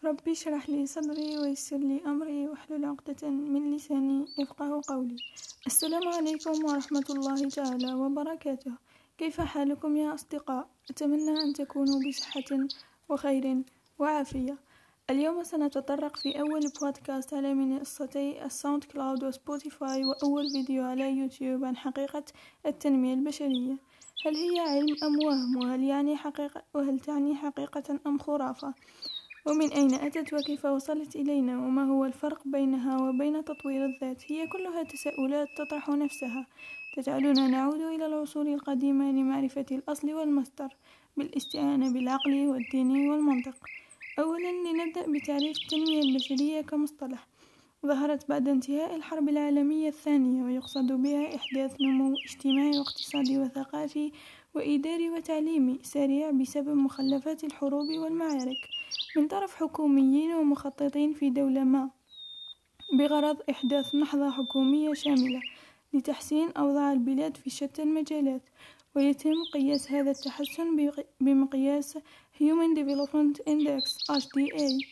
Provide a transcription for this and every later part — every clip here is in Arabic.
ربي اشرح لي صدري ويسر لي أمري واحلل عقدة من لساني يفقه قولي. السلام عليكم ورحمة الله تعالى وبركاته. كيف حالكم يا أصدقاء؟ أتمنى أن تكونوا بصحة وخير وعافية. اليوم سنتطرق في أول بودكاست على منصتي الساوند كلاود وسبوتيفاي، وأول فيديو على يوتيوب عن حقيقة التنمية البشرية. هل هي علم أم وهم؟ وهل تعني حقيقة أم خرافة؟ ومن أين أتت وكيف وصلت إلينا؟ وما هو الفرق بينها وبين تطوير الذات؟ هي كلها تساؤلات تطرح نفسها، تجعلنا نعود إلى العصور القديمة لمعرفة الأصل والمصدر بالاستعانة بالعقل والدين والمنطق. أولا، لنبدأ بتعريف التنمية البشرية كمصطلح. ظهرت بعد انتهاء الحرب العالمية الثانية، ويقصد بها إحداث نمو اجتماعي واقتصادي وثقافي وإداري وتعليمي سريع بسبب مخلفات الحروب والمعارك من طرف حكوميين ومخططين في دولة ما، بغرض إحداث نهضة حكومية شاملة لتحسين أوضاع البلاد في شتى المجالات. ويتم قياس هذا التحسن بمقياس Human Development Index HDA.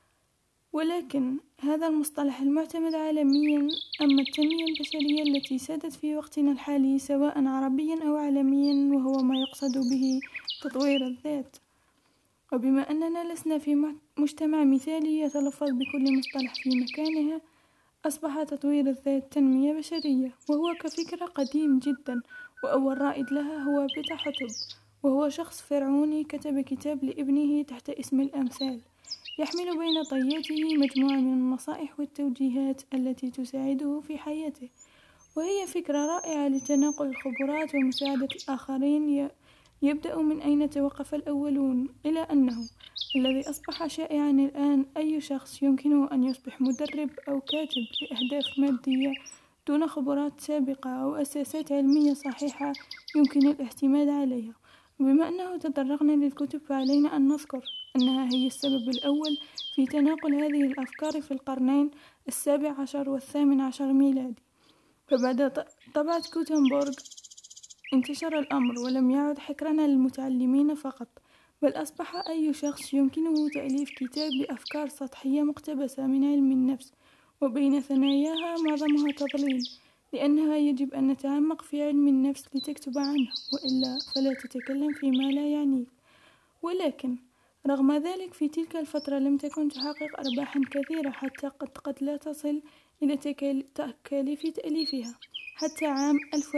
ولكن هذا المصطلح المعتمد عالميا. أما التنمية البشرية التي سادت في وقتنا الحالي سواء عربيا أو عالميا، وهو ما يقصد به تطوير الذات. وبما أننا لسنا في مجتمع مثالي يتلفظ بكل مصطلح في مكانها، أصبح تطوير الذات تنمية بشرية، وهو كفكرة قديم جدا، وأول رائد لها هو بيتا حتب، وهو شخص فرعوني كتب كتاب لابنه تحت اسم الأمثال، يحمل بين طياته مجموعة من النصائح والتوجيهات التي تساعده في حياته. وهي فكرة رائعة لتناقل الخبرات ومساعدة الآخرين. يبدأ من أين توقف الأولون، إلى أنه الذي أصبح شائعا الآن أي شخص يمكنه أن يصبح مدرب أو كاتب لأهداف مادية دون خبرات سابقة أو أساسات علمية صحيحة يمكن الاعتماد عليها. وبما أنه تطرقنا للكتب، فعلينا أن نذكر أنها هي السبب الأول في تناقل هذه الأفكار في القرنين 17 و18 ميلادي. فبعد طبعة غوتنبرغ انتشر الأمر، ولم يعد حكرا للمتعلمين فقط، بل أصبح أي شخص يمكنه تأليف كتاب بأفكار سطحية مقتبسة من علم النفس، وبين ثناياها معظمها تضليل، لأنها يجب أن نتعمق في علم النفس لتكتب عنه، وإلا فلا تتكلم فيما لا يعنيك. ولكن رغم ذلك في تلك الفترة لم تكن تحقق أرباحا كثيرة، حتى قد لا تصل إلى تكاليف تأليفها. حتى عام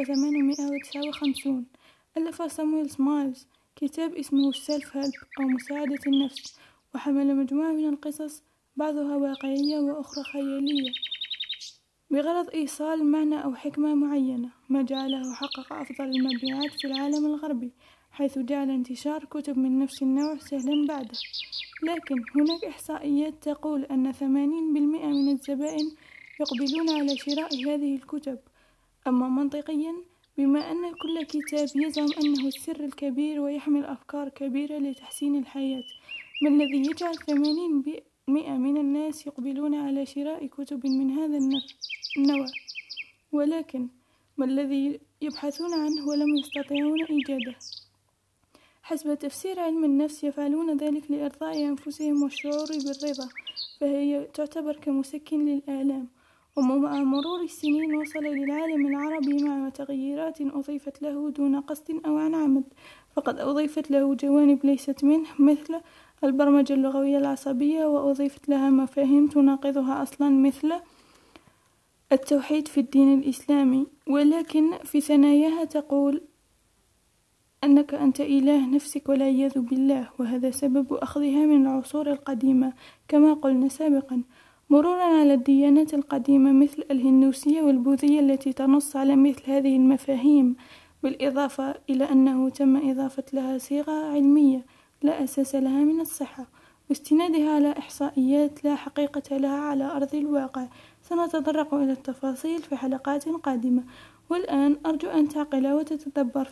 1859 ألف سامويل سمايلز كتاب اسمه السيلف هيلب أو مساعدة النفس، وحمل مجموعة من القصص بعضها واقعية وأخرى خيالية بغرض إيصال معنى أو حكمة معينة، ما جعله حقق أفضل المبيعات في العالم الغربي، حيث جعل انتشار كتب من نفس النوع سهلا بعده. لكن هناك إحصائيات تقول أن 80% من الزبائن يقبلون على شراء هذه الكتب. أما منطقيا، بما أن كل كتاب يزعم أنه السر الكبير ويحمل أفكار كبيرة لتحسين الحياة، ما الذي يجعل 80% من الناس يقبلون على شراء كتب من هذا النوع؟ ولكن ما الذي يبحثون عنه ولم يستطيعون إيجاده؟ حسب تفسير علم النفس، يفعلون ذلك لإرضاء أنفسهم والشعور بالرضا، فهي تعتبر كمسكن للآلام. ومع مرور السنين وصل للعالم العربي مع تغييرات أضيفت له دون قصد أو عن عمد، فقد أضيفت له جوانب ليست منه، مثل البرمجة اللغوية العصبية، وأضيفت لها مفاهيم تناقضها أصلا، مثل التوحيد في الدين الإسلامي. ولكن في ثناياها تقول أنك أنت إله نفسك والعياذ بالله، وهذا سبب أخذها من العصور القديمة كما قلنا سابقا، مرورا على الديانات القديمة مثل الهندوسية والبوذية التي تنص على مثل هذه المفاهيم، بالإضافة إلى أنه تم إضافة لها صيغة علمية لا أساس لها من الصحة، واستنادها على إحصائيات لا حقيقة لها على أرض الواقع. سنتطرق إلى التفاصيل في حلقات قادمة، والآن أرجو أن تعقل وتتدبر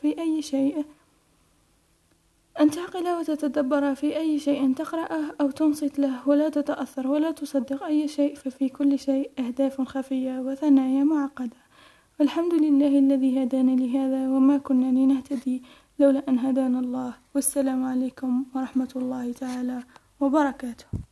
في أي شيء تقرأه أو تنصت له، ولا تتأثر ولا تصدق أي شيء، ففي كل شيء أهداف خفية وثنايا معقدة. والحمد لله الذي هدانا لهذا، وما كنا لنهتدي لولا أن هدانا الله. والسلام عليكم ورحمة الله تعالى وبركاته.